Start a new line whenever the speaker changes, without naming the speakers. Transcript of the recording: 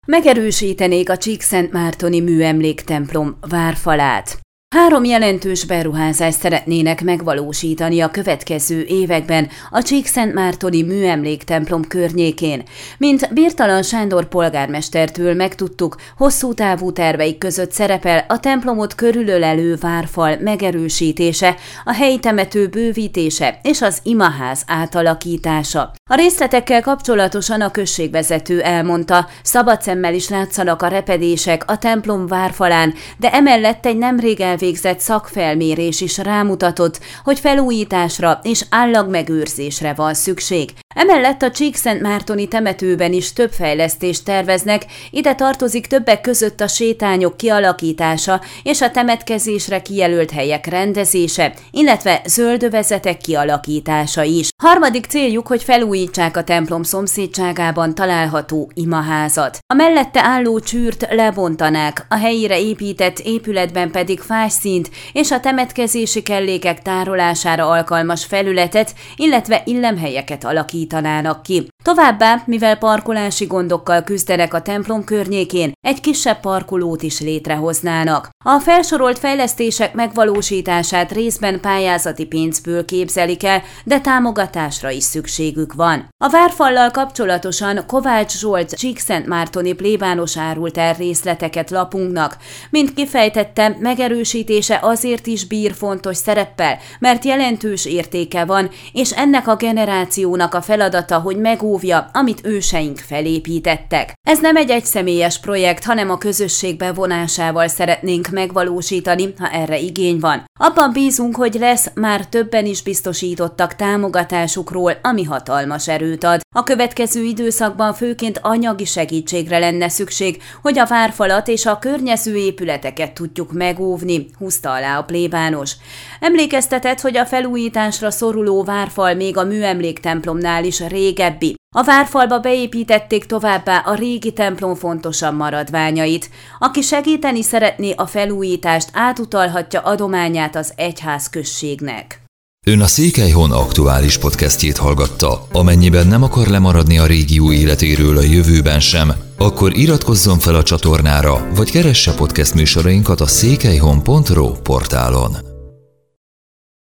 Megerősítenék a Csíkszentmártoni műemléktemplom várfalát. 3 jelentős beruházást szeretnének megvalósítani a következő években a Csíkszentmártoni műemléktemplom környékén. Mint Birtalan Sándor polgármestertől megtudtuk, hosszú távú terveik között szerepel a templomot körülölelő várfal megerősítése, a helyi temető bővítése és az imaház átalakítása. A részletekkel kapcsolatosan a községvezető elmondta, szabad szemmel is látszanak a repedések a templom várfalán, de emellett egy nemrég elvégzett szakfelmérés is rámutatott, hogy felújításra és állagmegőrzésre van szükség. Emellett a Csíkszentmártoni temetőben is több fejlesztést terveznek, ide tartozik többek között a sétányok kialakítása és a temetkezésre kijelölt helyek rendezése, illetve zöldövezetek kialakítása is. Harmadik céljuk, hogy felújítsák a templom szomszédságában található imaházat. A mellette álló csűrt lebontanák, a helyére épített épületben pedig fájszínt és a temetkezési kellékek tárolására alkalmas felületet, illetve illemhelyeket alakítanának ki. Továbbá, mivel parkolási gondokkal küzdenek a templom környékén, egy kisebb parkolót is létrehoznának. A felsorolt fejlesztések megvalósítását részben pályázati pénzből képzelik el, de támogatásra is szükségük van. A várfallal kapcsolatosan Kovács Zsolt csíkszentmártoni plébános árult el részleteket lapunknak. Mint kifejtette, megerősítése azért is bír fontos szereppel, mert jelentős értéke van, és ennek a generációnak a feladata, hogy megóvja, amit őseink felépítettek. Ez nem egy egyszemélyes projekt, hanem a közösség bevonásával szeretnénk megvalósítani, ha erre igény van. Abban bízunk, hogy lesz, már többen is biztosítottak támogatásukról, ami hatalmas erőt ad. A következő időszakban főként anyagi segítségre lenne szükség, hogy a várfalat és a környező épületeket tudjuk megóvni, húzta alá a plébános. Emlékeztetett, hogy a felújításra szoruló várfal még a műemléktemplomnál is régebbi. A várfalba beépítették továbbá a régi templom fontosabb maradványait. Aki segíteni szeretné a felújítást, átutalhatja adományát az egyházközségnek.
Ön a Székelyhon aktuális podcastjét hallgatta. Amennyiben nem akar lemaradni a régió életéről a jövőben sem, akkor iratkozzon fel a csatornára, vagy keresse podcast műsorainkat a székelyhon.ro portálon.